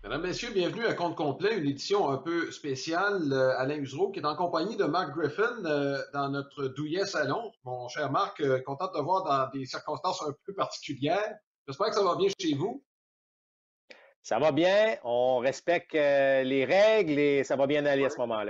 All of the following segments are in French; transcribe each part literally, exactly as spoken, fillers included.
Mesdames, Messieurs, bienvenue à Compte Complet, une édition un peu spéciale. Euh, Alain Usereau qui est en compagnie de Mark Griffin euh, dans notre douillet salon. Mon cher Marc, euh, content de te voir dans des circonstances un peu particulières. J'espère que ça va bien chez vous. Ça va bien, on respecte euh, les règles et ça va bien aller à ce moment-là.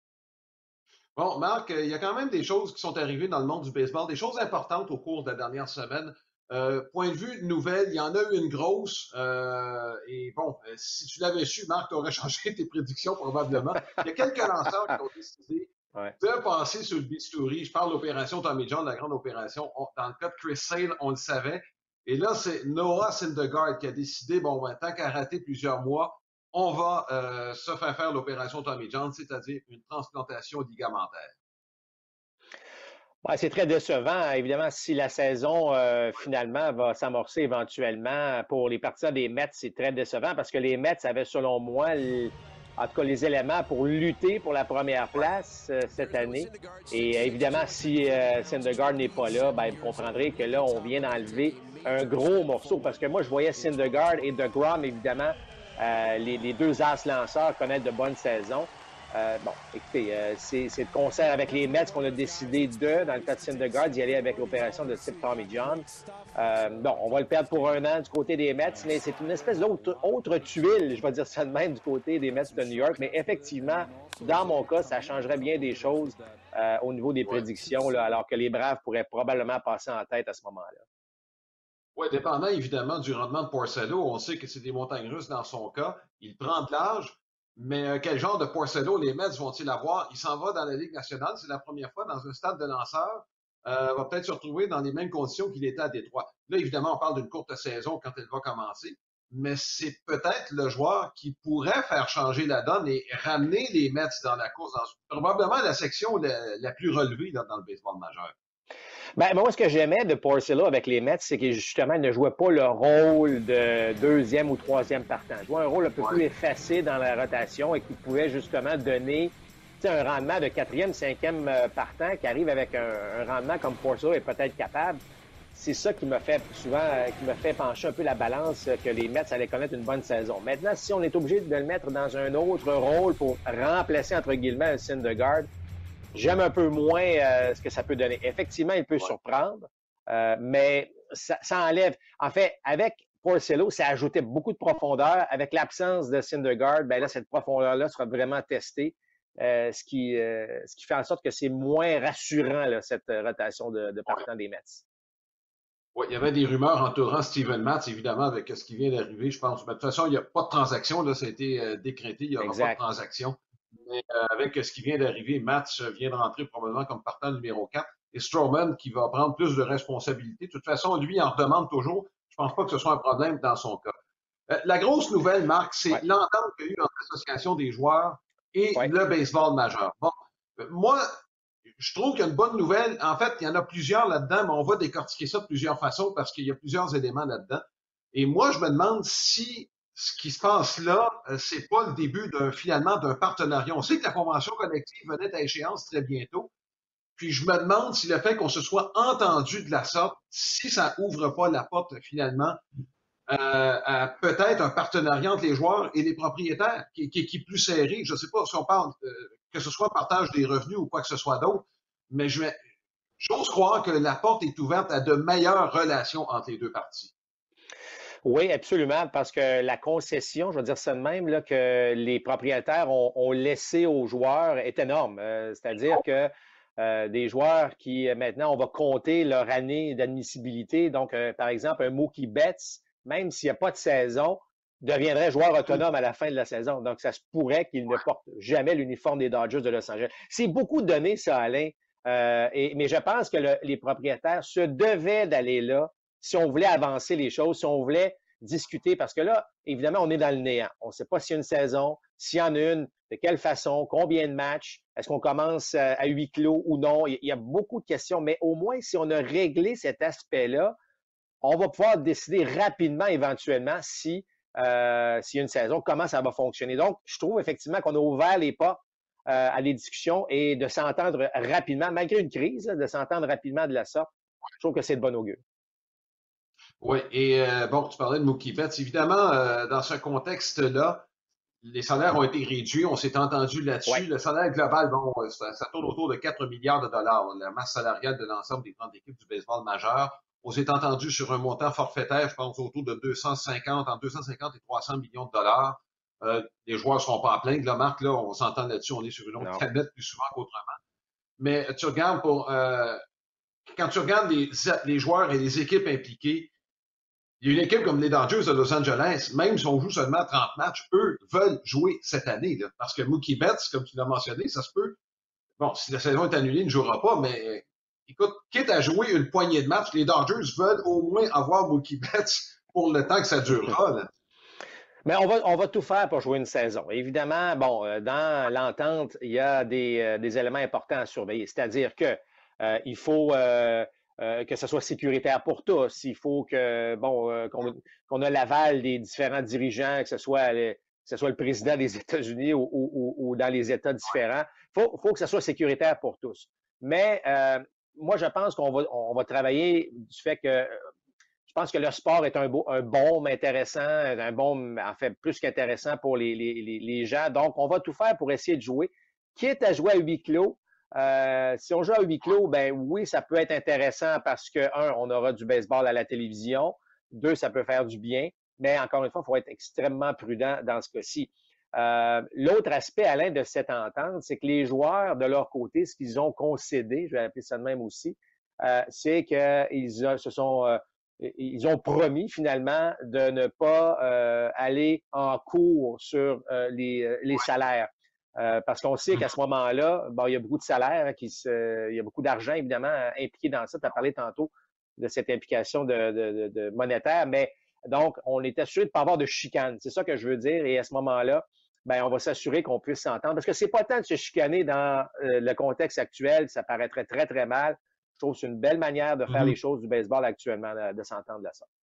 Bon, Marc, euh, il y a quand même des choses qui sont arrivées dans le monde du baseball, des choses importantes au cours de la dernière semaine. Euh, point de vue nouvelle, il y en a eu une grosse. Euh, et bon, euh, si tu l'avais su, Marc, tu aurais changé tes prédictions probablement. Il y a quelques lanceurs qui ont décidé Ouais. de passer sur le bistouri. Je parle de l'opération Tommy John, la grande opération. On- dans le cas de Chris Sale, on le savait. Et là, c'est Noah Syndergaard qui a décidé, bon, ben, tant qu'à rater plusieurs mois, on va euh, se faire faire l'opération Tommy John, c'est-à-dire une transplantation ligamentaire. Ouais, c'est très décevant. Évidemment, si la saison euh, finalement va s'amorcer éventuellement pour les partisans des Mets, c'est très décevant parce que les Mets avaient, selon moi, l- en tout cas, les éléments pour lutter pour la première place euh, cette année. Et euh, évidemment, si euh, Syndergaard n'est pas là, ben, vous comprendrez que là, on vient d'enlever un gros morceau parce que moi, je voyais Syndergaard et DeGrom, évidemment, euh, les, les deux as lanceurs connaître de bonnes saisons. Euh, bon, écoutez, euh, c'est, c'est de concert avec les Mets qu'on a décidé de, dans le cas de Syndergaard, d'y aller avec l'opération de type Tommy John. Euh, bon, on va le perdre pour un an du côté des Mets, mais c'est une espèce d'autre autre tuile, je vais dire ça de même, du côté des Mets de New York. Mais effectivement, dans mon cas, ça changerait bien des choses euh, au niveau des Ouais. prédictions, là, alors que les Braves pourraient probablement passer en tête à ce moment-là. Ouais, dépendant évidemment du rendement de Porcello, on sait que c'est des montagnes russes dans son cas. Il prend de l'âge, mais euh, quel genre de Porcello les Mets vont-ils avoir? Il s'en va dans la Ligue nationale, c'est la première fois dans un stade de lanceur. Euh, va peut-être se retrouver dans les mêmes conditions qu'il était à Détroit. Là, évidemment, on parle d'une courte saison quand elle va commencer, mais c'est peut-être le joueur qui pourrait faire changer la donne et ramener les Mets dans la course, dans probablement la section la, la plus relevée là, dans le baseball majeur. Ben, moi, ce que j'aimais de Porcello avec les Mets, c'est qu'il justement il ne jouait pas le rôle de deuxième ou troisième partant. Il jouait un rôle un peu plus Ouais. effacé dans la rotation et qui pouvait justement donner un rendement de quatrième, cinquième euh, partant qui arrive avec un, un rendement comme Porcello est peut-être capable. C'est ça qui me fait souvent, euh, qui me fait pencher un peu la balance euh, que les Mets allaient connaître une bonne saison. Maintenant, si on est obligé de le mettre dans un autre rôle pour remplacer, entre guillemets, un Syndergaard, j'aime un peu moins euh, ce que ça peut donner. Effectivement, il peut Ouais. surprendre, euh, mais ça, ça enlève. En fait, avec Porcello, ça ajoutait beaucoup de profondeur. Avec l'absence de Syndergaard, ben là, cette profondeur-là sera vraiment testée, euh, ce, qui, euh, ce qui fait en sorte que c'est moins rassurant, là, cette rotation de, de Ouais. partant des Mets. Oui, il y avait des rumeurs entourant Steven Matz, évidemment, avec ce qui vient d'arriver, je pense. Mais de toute façon, il n'y a pas de transaction, là, ça a été euh, décrété, il n'y aura pas de Exact. transaction. Mais euh, avec ce qui vient d'arriver, Matz vient de rentrer probablement comme partant numéro quatre. Et Strowman qui va prendre plus de responsabilités. De toute façon, lui, il en redemande toujours. Je pense pas que ce soit un problème dans son cas. Euh, la grosse nouvelle, Marc, c'est Ouais. l'entente qu'il y a eu entre l'association des joueurs et Ouais. le baseball majeur. Bon, euh, moi, je trouve qu'il y a une bonne nouvelle. En fait, il y en a plusieurs là-dedans, mais on va décortiquer ça de plusieurs façons parce qu'il y a plusieurs éléments là-dedans. Et moi, je me demande si ce qui se passe là, euh, c'est pas le début d'un finalement d'un partenariat. On sait que la convention collective venait à échéance très bientôt. Puis je me demande si le fait qu'on se soit entendu de la sorte, si ça ouvre pas la porte finalement euh, à peut-être un partenariat entre les joueurs et les propriétaires qui, qui, qui est plus serré. Je ne sais pas si on parle euh, que ce soit partage des revenus ou quoi que ce soit d'autre, mais je vais, j'ose croire que la porte est ouverte à de meilleures relations entre les deux parties. Oui, absolument, parce que la concession, je vais dire ça de même, là, que les propriétaires ont, ont laissé aux joueurs est énorme. Euh, c'est-à-dire que euh, des joueurs qui, euh, maintenant, on va compter leur année d'admissibilité. Donc, euh, par exemple, un Mookie Betts, même s'il n'y a pas de saison, deviendrait joueur autonome à la fin de la saison. Donc, ça se pourrait qu'il ne porte jamais l'uniforme des Dodgers de Los Angeles. C'est beaucoup donné, ça, Alain. Euh, et, mais je pense que le- les propriétaires se devaient d'aller là si on voulait avancer les choses, si on voulait discuter, parce que là, évidemment, on est dans le néant. On ne sait pas s'il y a une saison, s'il y en a une, de quelle façon, combien de matchs, est-ce qu'on commence à huis clos ou non? Il y a beaucoup de questions, mais au moins, si on a réglé cet aspect-là, on va pouvoir décider rapidement, éventuellement, si euh, s'il y a une saison, comment ça va fonctionner. Donc, je trouve effectivement qu'on a ouvert les portes euh, à des discussions et de s'entendre rapidement, malgré une crise, de s'entendre rapidement de la sorte. Je trouve que c'est de bon augure. Oui, et euh, bon, tu parlais de Mookie Betts. Évidemment, euh, dans ce contexte-là, les salaires ont été réduits, on s'est entendu Oui, là-dessus. Le salaire global, bon, euh, ça, ça tourne autour de quatre milliards de dollars, la masse salariale de l'ensemble des grandes équipes du baseball majeur. On s'est entendu sur un montant forfaitaire, je pense, autour de deux cent cinquante, entre deux cent cinquante et trois cents millions de dollars. Euh, les joueurs ne seront pas en plein de la marque, là, on s'entend là-dessus, on est sur une autre non. planète plus souvent qu'autrement. Mais tu regardes pour, euh, quand tu regardes les, les joueurs et les équipes impliquées, il y a une équipe comme les Dodgers de Los Angeles, même si on joue seulement trente matchs, eux veulent jouer cette année. Là, parce que Mookie Betts, comme tu l'as mentionné, ça se peut. Bon, si la saison est annulée, il ne jouera pas, mais écoute, quitte à jouer une poignée de matchs, les Dodgers veulent au moins avoir Mookie Betts pour le temps que ça durera. Là. Mais on va, on va tout faire pour jouer une saison. Évidemment, bon, euh, dans l'entente, il y a des, euh, des éléments importants à surveiller. C'est-à-dire que euh, il faut euh, euh, que ce soit sécuritaire pour tous. Il faut que, bon, euh, qu'on qu'on a l'aval des différents dirigeants, que ce soit le, que ce soit le président des États-Unis ou, ou, ou, dans les États différents. Il faut, faut que ce soit sécuritaire pour tous. Mais euh, moi, je pense qu'on va, on va travailler du fait que je pense que le sport est un, beau, un bon, intéressant, un bon, en fait, plus qu'intéressant pour les, les, les gens. Donc, on va tout faire pour essayer de jouer. Quitte à jouer à huis clos, euh, si on joue à huis clos, ben oui, ça peut être intéressant parce que, un, on aura du baseball à la télévision. Deux, ça peut faire du bien. Mais encore une fois, il faut être extrêmement prudent dans ce cas-ci. Euh, L'autre aspect, Alain, de cette entente, c'est que les joueurs, de leur côté, ce qu'ils ont concédé, je vais appeler ça de même aussi, euh, c'est qu'ils se sont euh, ils ont promis finalement de ne pas euh, aller en cours sur euh, les, euh, les salaires. Euh, parce qu'on sait qu'à ce moment-là, bon, il y a beaucoup de salaires, hein, qui se, il y a beaucoup d'argent évidemment impliqué dans ça. Tu as parlé tantôt de cette implication de, de, de, de monétaire, mais donc on est assuré de ne pas avoir de chicane. C'est ça que je veux dire. Et à ce moment-là, ben, on va s'assurer qu'on puisse s'entendre. Parce que c'est pas tant de se chicaner dans euh, le contexte actuel, ça paraîtrait très, très mal. Je trouve que c'est une belle manière de faire les Mm-hmm. choses du baseball actuellement, de, de s'entendre de ça.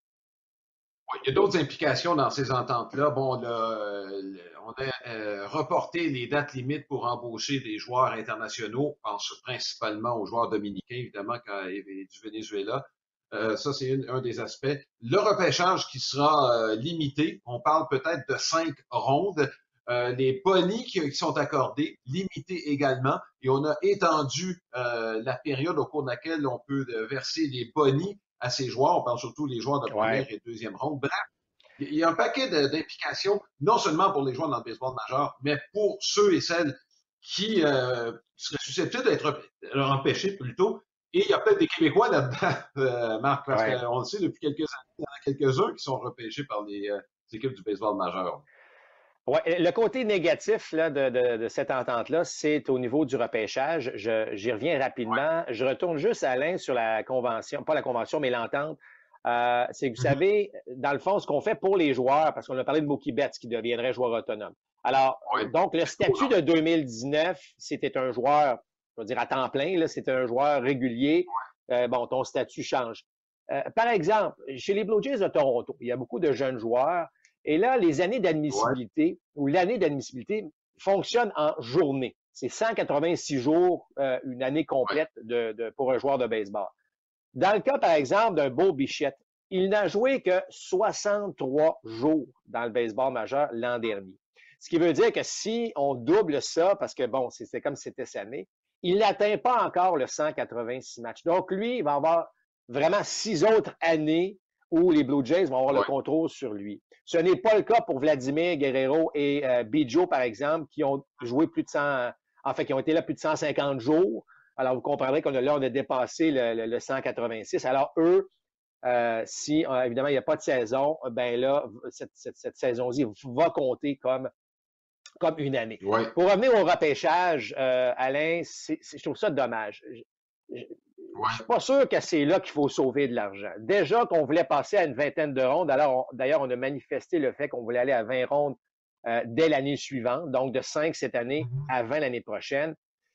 Oui, il y a d'autres implications dans ces ententes-là. Bon, là, le, on a euh, reporté les dates limites pour embaucher des joueurs internationaux. Je pense principalement aux joueurs dominicains, évidemment, quand, et, et du Venezuela. Euh, ça, c'est une, un des aspects. Le repêchage qui sera euh, limité. On parle peut-être de cinq rondes. Euh, les bonnies qui, qui, sont accordés, limités également. Et on a étendu euh, la période au cours de laquelle on peut verser les bonnies à ces joueurs. On parle surtout des joueurs de Ouais. première et deuxième ronde. Bref, il y a un paquet d'implications, non seulement pour les joueurs dans le baseball majeur, mais pour ceux et celles qui euh, seraient susceptibles d'être empêchés plutôt. Et il y a peut-être des Québécois là-dedans, euh, Marc, parce Ouais. qu'on le sait depuis quelques années, il y en a quelques-uns qui sont repêchés par les, euh, les équipes du baseball majeur. Ouais, le côté négatif là, de, de, de cette entente-là, c'est au niveau du repêchage. Je, j'y reviens rapidement. Je retourne juste, Alain, sur la convention, pas la convention, mais l'entente. Euh, c'est que vous Mhm. savez, dans le fond, ce qu'on fait pour les joueurs, parce qu'on a parlé de Mookie Betts qui deviendrait joueur autonome. Alors, Oui, donc, le c'est cool, statut hein? de deux mille dix-neuf, c'était un joueur, je veux dire, à temps plein, là, c'était un joueur régulier. Euh, bon, ton statut change. Euh, par exemple, chez les Blue Jays de Toronto, il y a beaucoup de jeunes joueurs et là, les années Ouais, d'admissibilité ou l'année d'admissibilité fonctionne en journée. C'est cent quatre-vingt-six jours, euh, une année ouais, complète de, de, pour un joueur de baseball. Dans le cas, par exemple, d'un Bo Bichette, il n'a joué que soixante-trois jours dans le baseball majeur l'an dernier. Ce qui veut dire que si on double ça, parce que bon, c'est comme si c'était cette année, il n'atteint pas encore le cent quatre-vingt-six matchs. Donc, lui, il va avoir vraiment six autres années où les Blue Jays vont avoir le ouais. contrôle sur lui. Ce n'est pas le cas pour Vladimir Guerrero et euh, Biggio, par exemple, qui ont joué plus de cent, en fait, qui ont été là plus de cent cinquante jours. Alors, vous comprendrez qu'on a là, on a dépassé le, le, le cent quatre-vingt-six. Alors, eux, euh, si euh, évidemment il n'y a pas de saison, ben là, cette, cette, cette saison-ci va compter comme, comme une année. Ouais. Pour revenir au repêchage, euh, Alain, c'est, c'est, je trouve ça dommage. Je ne suis pas sûr que c'est là qu'il faut sauver de l'argent. Déjà qu'on voulait passer à une vingtaine de rondes, alors d'ailleurs, on a manifesté le fait qu'on voulait aller à vingt rondes euh, dès l'année suivante, donc de cinq cette année à vingt l'année prochaine.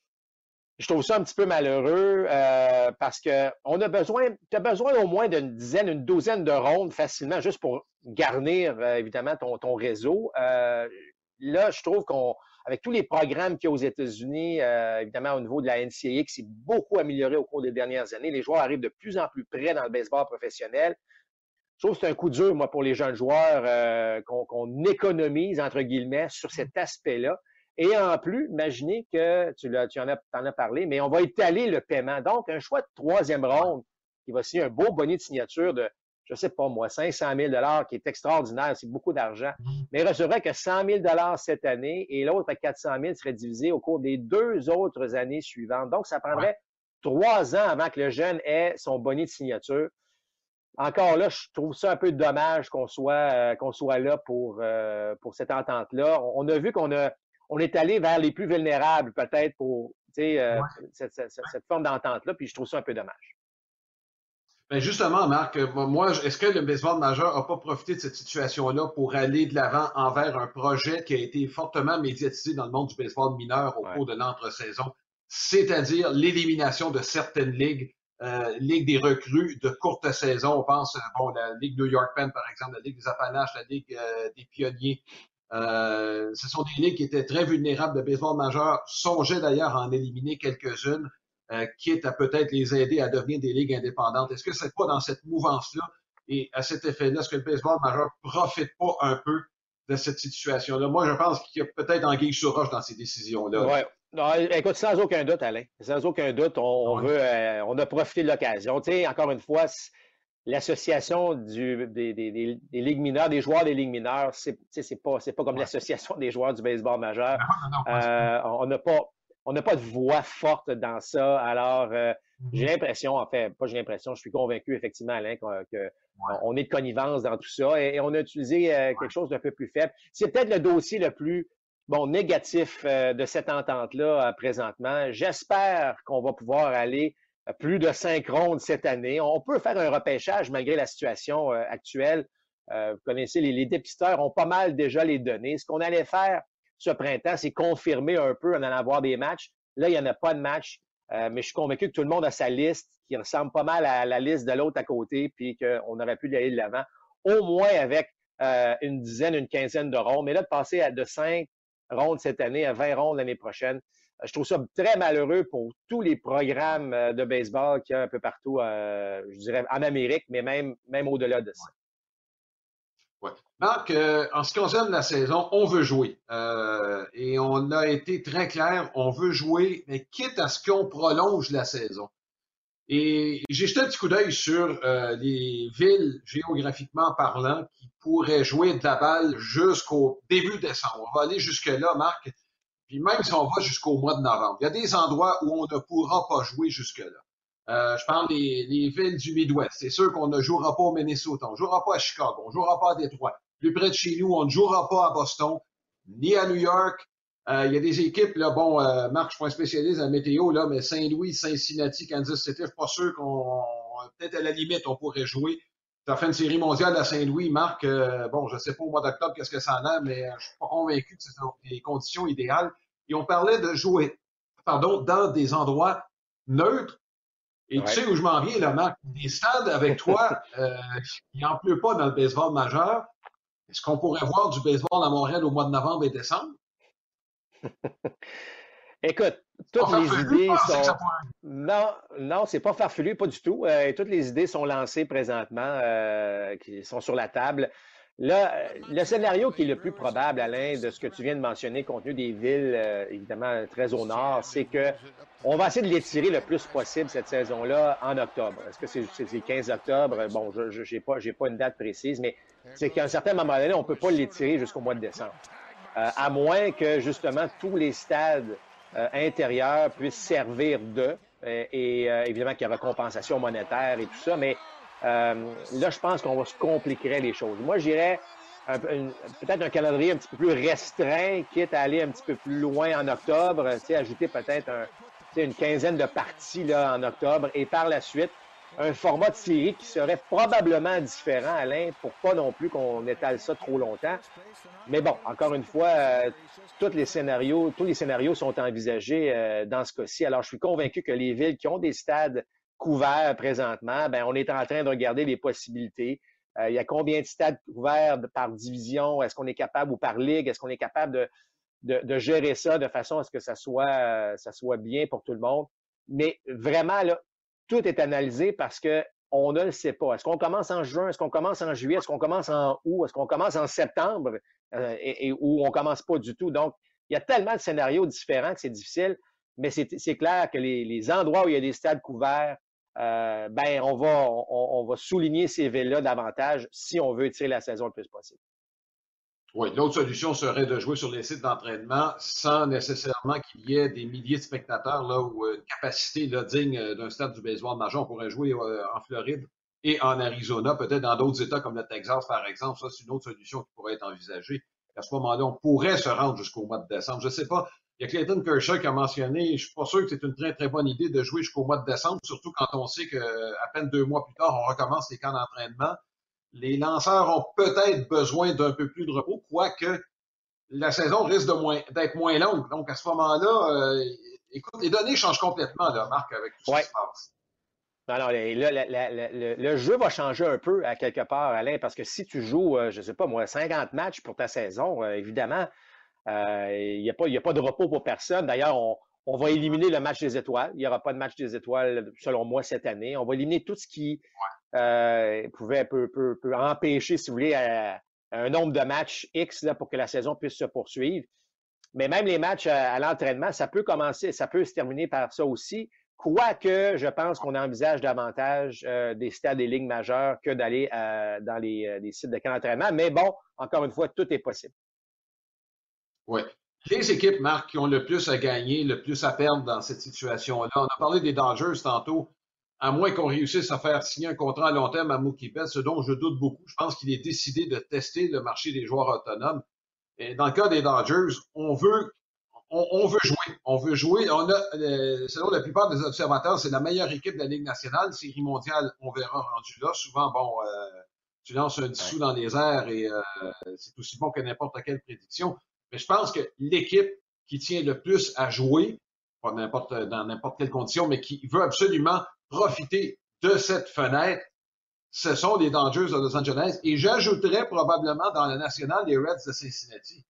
Je trouve ça un petit peu malheureux euh, parce que on a besoin, tu as besoin au moins d'une dizaine, une douzaine de rondes facilement juste pour garnir euh, évidemment ton, ton réseau. Euh, là, je trouve qu'on, avec tous les programmes qu'il y a aux États-Unis, euh, évidemment au niveau de la N C A A qui s'est beaucoup amélioré au cours des dernières années, les joueurs arrivent de plus en plus près dans le baseball professionnel. je trouve que c'est un coup dur, moi, pour les jeunes joueurs, euh, qu'on qu'on économise, entre guillemets, sur cet aspect-là. Et en plus, imaginez que, tu, l'as, tu en, as, en as parlé, mais on va étaler le paiement. Donc, un choix de troisième ronde qui va signer un beau bonnet de signature de, je sais pas moi, cinq cent mille dollars, qui est extraordinaire, c'est beaucoup d'argent. Mais il recevrait que cent mille dollars cette année et l'autre à quatre cent mille serait divisé au cours des deux autres années suivantes. Donc, ça prendrait trois ans avant que le jeune ait son bonnet de signature. Encore là, je trouve ça un peu dommage qu'on soit euh, qu'on soit là pour euh, pour cette entente-là. On, on a vu qu'on a on est allé vers les plus vulnérables peut-être pour euh, Ouais. cette, cette, cette forme d'entente-là, puis je trouve ça un peu dommage. Ben justement, Marc, euh, moi, est-ce que le baseball majeur n'a pas profité de cette situation-là pour aller de l'avant envers un projet qui a été fortement médiatisé dans le monde du baseball mineur au Ouais. cours de l'entre-saison, c'est-à-dire l'élimination de certaines ligues, euh, Ligue des recrues de courte saison. On pense, bon, la Ligue New York Penn, par exemple, la Ligue des Appalaches, la Ligue euh, des Pionniers. Euh, ce sont des ligues qui étaient très vulnérables. Le baseball majeur songeait d'ailleurs à en éliminer quelques-unes, euh, quitte à peut-être les aider à devenir des ligues indépendantes. Est-ce que c'est pas dans cette mouvance-là et à cet effet-là, est-ce que le baseball majeur profite pas un peu de cette situation-là? Moi, je pense qu'il y a peut-être anguille sur roche dans ces décisions-là. Ouais. Non, écoute, sans aucun doute, Alain. Sans aucun doute, on, on Ouais. veut, euh, on a profité de l'occasion. Tu sais, encore une fois, l'association du, des, des, des, des ligues mineures, des joueurs des ligues mineures, c'est, c'est pas, c'est pas comme Ouais. l'association des joueurs du baseball majeur. Non, non, pas Euh, on n'a pas, on n'a pas de voix forte dans ça. Alors, euh, mm-hmm. j'ai l'impression, en fait, pas j'ai l'impression, je suis convaincu effectivement, Alain, qu'on que ouais. on est de connivence dans tout ça et, et on a utilisé euh, quelque chose d'un peu plus faible. C'est peut-être le dossier le plus bon négatif euh, de cette entente-là euh, présentement. J'espère qu'on va pouvoir aller plus de cinq rondes cette année. On peut faire un repêchage malgré la situation euh, actuelle. Euh, vous connaissez, les, les dépisteurs ont pas mal déjà les données. Ce qu'on allait faire ce printemps, c'est confirmer un peu en allant avoir des matchs. Là, il n'y en a pas de match, euh, mais je suis convaincu que tout le monde a sa liste qui ressemble pas mal à la liste de l'autre à côté, puis qu'on aurait pu y aller de l'avant, au moins avec euh, une dizaine, une quinzaine de rondes. Mais là, de passer à de cinq rondes cette année à vingt rondes l'année prochaine, je trouve ça très malheureux pour tous les programmes de baseball qu'il y a un peu partout, euh, je dirais, en Amérique, mais même, même au-delà de ça. Ouais. Marc, euh, en ce qui concerne la saison, on veut jouer. Euh, et on a été très clair, on veut jouer, mais quitte à ce qu'on prolonge la saison. Et j'ai jeté un petit coup d'œil sur euh, les villes géographiquement parlant qui pourraient jouer de la balle jusqu'au début décembre. On va aller jusque-là, Marc. Puis même si on va jusqu'au mois de novembre, il y a des endroits où on ne pourra pas jouer jusque-là. Euh, je parle des, des villes du Midwest. C'est sûr qu'on ne jouera pas au Minnesota, on ne jouera pas à Chicago, on ne jouera pas à Détroit. Plus près de chez nous, on ne jouera pas à Boston, ni à New York. Euh, il y a des équipes, là, bon, euh, Marc, je suis pas un spécialiste en météo, là, mais Saint-Louis, Cincinnati, Kansas City, je suis pas sûr qu'on, peut-être à la limite, on pourrait jouer. Ça fait une série mondiale à Saint-Louis, Marc. Euh, bon, je sais pas au mois d'octobre qu'est-ce que ça en a, mais je suis pas convaincu que ce sont les conditions idéales. Et on parlait de jouer, pardon, dans des endroits neutres. Et Ouais. tu sais où je m'en viens, là, Marc? Des stades avec toi, euh, il n'en pleut pas dans le baseball majeur. Est-ce qu'on pourrait voir du baseball à Montréal au mois de novembre et décembre? Écoute, toutes les farfelu, idées c'est que sont. ça pourrait... Non, non, c'est pas farfelu, pas du tout. Euh, toutes les idées sont lancées présentement, euh, qui sont sur la table. Là, le scénario qui est le plus probable, Alain, de ce que tu viens de mentionner, compte tenu des villes, euh, évidemment, très au nord, c'est que on va essayer de l'étirer le plus possible cette saison-là en octobre. Est-ce que c'est le quinze octobre? Bon, je n'ai pas, j'ai pas une date précise, mais c'est qu'à un certain moment donné, on ne peut pas l'étirer jusqu'au mois de décembre. Euh, à moins que, justement, tous les stades euh, intérieurs puissent servir d'eux, euh, et euh, évidemment qu'il y aura compensation monétaire et tout ça, mais Euh, là, je pense qu'on va se compliquer les choses. Moi, j'irais peut-être un calendrier un petit peu plus restreint, quitte à aller un petit peu plus loin en octobre, tu sais, ajouter peut-être un, tu sais, une quinzaine de parties là, en octobre et par la suite, un format de série qui serait probablement différent, Alain, pour pas non plus qu'on étale ça trop longtemps. Mais bon, encore une fois, euh, tous les scénarios, tous les scénarios sont envisagés euh, dans ce cas-ci. Alors, je suis convaincu que les villes qui ont des stades couverts présentement, ben, on est en train de regarder les possibilités. Euh, il y a combien de stades couverts par division? Est-ce qu'on est capable, ou par ligue, est-ce qu'on est capable de, de, de gérer ça de façon à ce que ça soit, euh, ça soit bien pour tout le monde? Mais vraiment, là, tout est analysé parce que On ne le sait pas. Est-ce qu'on commence en juin? Est-ce qu'on commence en juillet? Est-ce qu'on commence en août? Est-ce qu'on commence en septembre? Euh, et, et où on commence pas du tout. Donc, il y a tellement de scénarios différents que c'est difficile, mais c'est clair que les, les endroits où il y a des stades couverts, euh, ben, on va, on, on va souligner ces villes-là davantage si on veut tirer la saison le plus possible. Oui, l'autre solution serait de jouer sur les sites d'entraînement sans nécessairement qu'il y ait des milliers de spectateurs là, ou une capacité là, digne d'un stade du baseball majeur. On pourrait jouer euh, en Floride et en Arizona, peut-être dans d'autres États comme le Texas, par exemple. Ça, c'est une autre solution qui pourrait être envisagée. À ce moment-là, on pourrait se rendre jusqu'au mois de décembre. Je ne sais pas. Il y a Clayton Kershaw qui a mentionné, je ne suis pas sûr que c'est une très, très bonne idée de jouer jusqu'au mois de décembre, surtout quand on sait qu'à peine deux mois plus tard, on recommence les camps d'entraînement. Les lanceurs ont peut-être besoin d'un peu plus de repos, quoique la saison risque d'être moins, moins longue. Donc, à ce moment-là, euh, écoute, les données changent complètement, là, Marc, avec tout ouais. ce qui se passe. Non, non, là, la, la, la, le, le jeu va changer un peu à quelque part, Alain, parce que si tu joues, euh, je ne sais pas moi, cinquante matchs pour ta saison, euh, évidemment, euh, il n'y a, a pas de repos pour personne. D'ailleurs, on, on va éliminer le match des étoiles. Il n'y aura pas de match des étoiles, selon moi, cette année. On va éliminer tout ce qui euh, pouvait peut, peut, peut empêcher, si vous voulez, à, à un nombre de matchs X là, pour que la saison puisse se poursuivre. Mais même les matchs à, à l'entraînement, ça peut commencer, ça peut se terminer par ça aussi. Quoique, je pense qu'on envisage davantage euh, des stades des ligues majeures que d'aller euh, dans les, euh, les sites de camp d'entraînement. Mais bon, encore une fois, tout est possible. Oui. Les équipes, Marc, qui ont le plus à gagner, le plus à perdre dans cette situation-là. On a parlé des Dodgers tantôt. À moins qu'on réussisse à faire signer un contrat à long terme à Mookie Betts, ce dont je doute beaucoup. Je pense qu'il est décidé de tester le marché des joueurs autonomes. Et dans le cas des Dodgers, on veut, on, on veut jouer. On veut jouer. On a, euh, selon la plupart des observateurs, c'est la meilleure équipe de la Ligue nationale. Série mondiale, on verra rendu là. Souvent, bon, euh, tu lances un dissous dans les airs et euh, c'est aussi bon que n'importe quelle prédiction. Mais je pense que l'équipe qui tient le plus à jouer, pas n'importe, dans n'importe quelle condition, mais qui veut absolument profiter de cette fenêtre, ce sont les Dodgers de Los Angeles. Et j'ajouterais probablement dans la nationale les Reds de Cincinnati.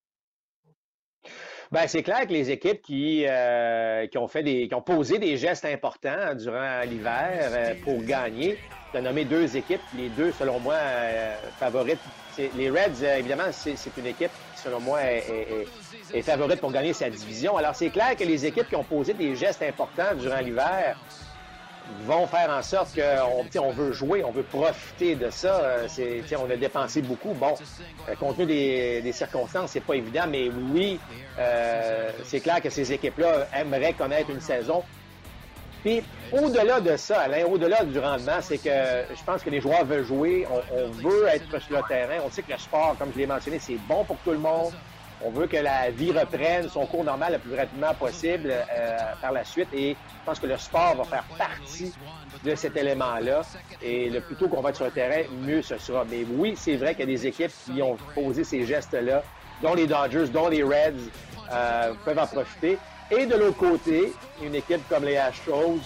Ben, c'est clair que les équipes qui, euh, qui ont fait des, qui ont posé des gestes importants durant l'hiver euh, pour gagner, tu as nommé deux équipes, les deux, selon moi, euh, favorites. Les Reds, euh, évidemment, c'est une équipe qui, selon moi, est, est, est favorite pour gagner sa division. Alors, c'est clair que les équipes qui ont posé des gestes importants durant l'hiver vont faire en sorte qu'on on veut jouer, on veut profiter de ça. C'est, on a dépensé beaucoup. Bon, euh, compte tenu des, des circonstances, c'est pas évident, mais oui, euh, c'est clair que ces équipes-là aimeraient connaître une saison. Puis, au-delà de ça, Alain, au-delà du rendement, c'est que je pense que les joueurs veulent jouer, on, on veut être sur le terrain. On sait que le sport, comme je l'ai mentionné, c'est bon pour tout le monde. On veut que la vie reprenne son cours normal le plus rapidement possible euh, par la suite. Et je pense que le sport va faire partie de cet élément-là. Et le plus tôt qu'on va être sur le terrain, mieux ce sera. Mais oui, c'est vrai qu'il y a des équipes qui ont posé ces gestes-là, dont les Dodgers, dont les Reds, euh, peuvent en profiter. Et de l'autre côté, une équipe comme les Astros,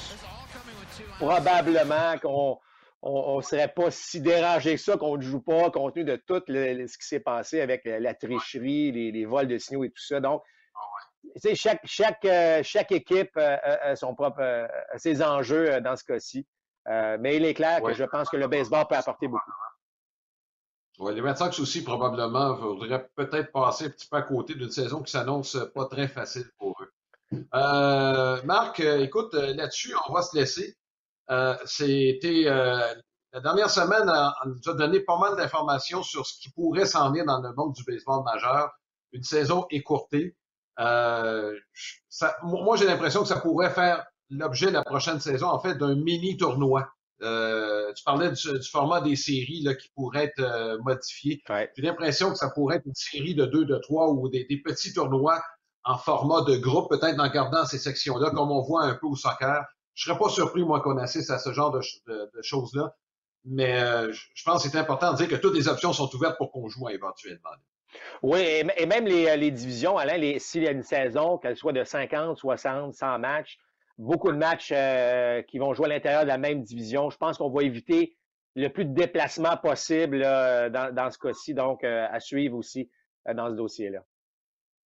probablement qu'on on ne serait pas si dérangé que ça qu'on ne joue pas, compte tenu de tout le, ce qui s'est passé avec la, la tricherie, les, les vols de signaux et tout ça. Donc, tu sais, chaque, chaque, euh, chaque équipe euh, a son propre, euh, ses enjeux euh, dans ce cas-ci. Euh, mais il est clair Ouais. que je pense que le baseball peut apporter beaucoup. Ouais, les Red Sox aussi, probablement, voudraient peut-être passer un petit peu à côté d'une saison qui s'annonce pas très facile pour eux. Euh, Marc, euh, écoute, euh, là-dessus, on va se laisser. Euh, C'était euh, la dernière semaine, on nous a donné pas mal d'informations sur ce qui pourrait s'en venir dans le monde du baseball majeur. Une saison écourtée. Euh, ça, moi, j'ai l'impression que ça pourrait faire l'objet la prochaine saison, en fait, d'un mini tournoi. Euh, tu parlais du, du format des séries là, qui pourrait être euh, modifié. Ouais. J'ai l'impression que ça pourrait être une série de deux, de trois ou des, des petits tournois en format de groupe, peut-être en gardant ces sections-là, comme on voit un peu au soccer. Je serais pas surpris, moi, qu'on assiste à ce genre de, de, de choses-là. Mais euh, je pense que c'est important de dire que toutes les options sont ouvertes pour qu'on joue éventuellement. Oui, et, et même les, les divisions, Alain, les, s'il y a une saison, qu'elle soit de cinquante, soixante, cent matchs, beaucoup de matchs euh, qui vont jouer à l'intérieur de la même division, je pense qu'on va éviter le plus de déplacements possible là, dans, dans ce cas-ci, donc euh, à suivre aussi euh, dans ce dossier-là.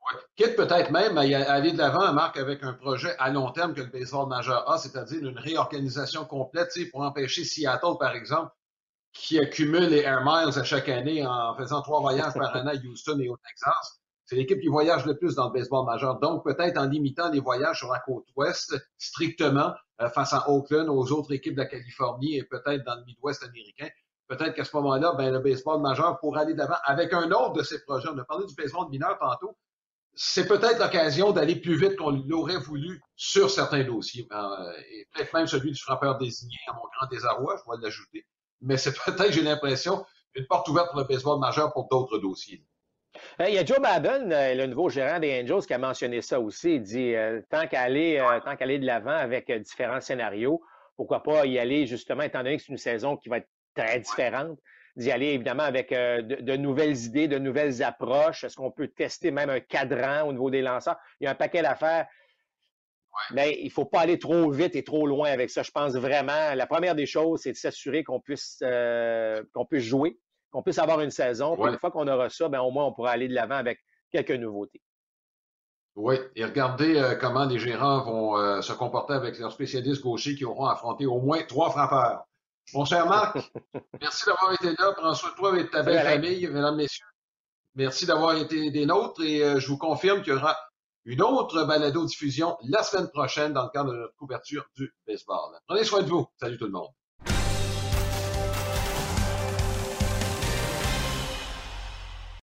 Ouais. Quitte peut-être même à, y a- à aller de l'avant, Marc, avec un projet à long terme que le baseball majeur a, c'est-à-dire une réorganisation complète, tu sais, pour empêcher Seattle, par exemple, qui accumule les Air Miles à chaque année en faisant trois voyages par année à Houston et au Texas. C'est l'équipe qui voyage le plus dans le baseball majeur. Donc, peut-être en limitant les voyages sur la côte ouest strictement euh, face à Oakland, aux autres équipes de la Californie et peut-être dans le Midwest américain, peut-être qu'à ce moment-là, ben, le baseball majeur pourrait aller d'avant avec un autre de ces projets. On a parlé du baseball mineur tantôt. C'est peut-être l'occasion d'aller plus vite qu'on l'aurait voulu sur certains dossiers. Euh, et peut-être même celui du frappeur désigné, à mon grand désarroi, je vais l'ajouter. Mais c'est peut-être, j'ai l'impression, une porte ouverte pour le baseball majeur pour d'autres dossiers. Euh, Il y a Joe Maddon, euh, le nouveau gérant des Angels, qui a mentionné ça aussi. Il dit euh, tant qu'à aller, euh, tant qu'à aller de l'avant avec euh, différents scénarios, pourquoi pas y aller justement, étant donné que c'est une saison qui va être très différente, d'y aller évidemment avec euh, de, de nouvelles idées, de nouvelles approches. Est-ce qu'on peut tester même un cadran au niveau des lanceurs? Il y a un paquet d'affaires, mais il ne faut pas aller trop vite et trop loin avec ça. Je pense vraiment, la première des choses, c'est de s'assurer qu'on puisse, euh, qu'on puisse jouer, qu'on puisse avoir une saison. Puis Oui, une fois qu'on aura ça, ben, au moins, on pourra aller de l'avant avec quelques nouveautés. oui. Et regardez euh, comment les gérants vont euh, se comporter avec leurs spécialistes gauchers qui auront affronté au moins trois frappeurs. Mon cher Marc, merci d'avoir été là. Prends soin de toi et de ta Salut belle Alain. famille, mesdames, messieurs. Merci d'avoir été des nôtres et euh, je vous confirme qu'il y aura une autre balado-diffusion la semaine prochaine dans le cadre de notre couverture du baseball. Prenez soin de vous. Salut tout le monde.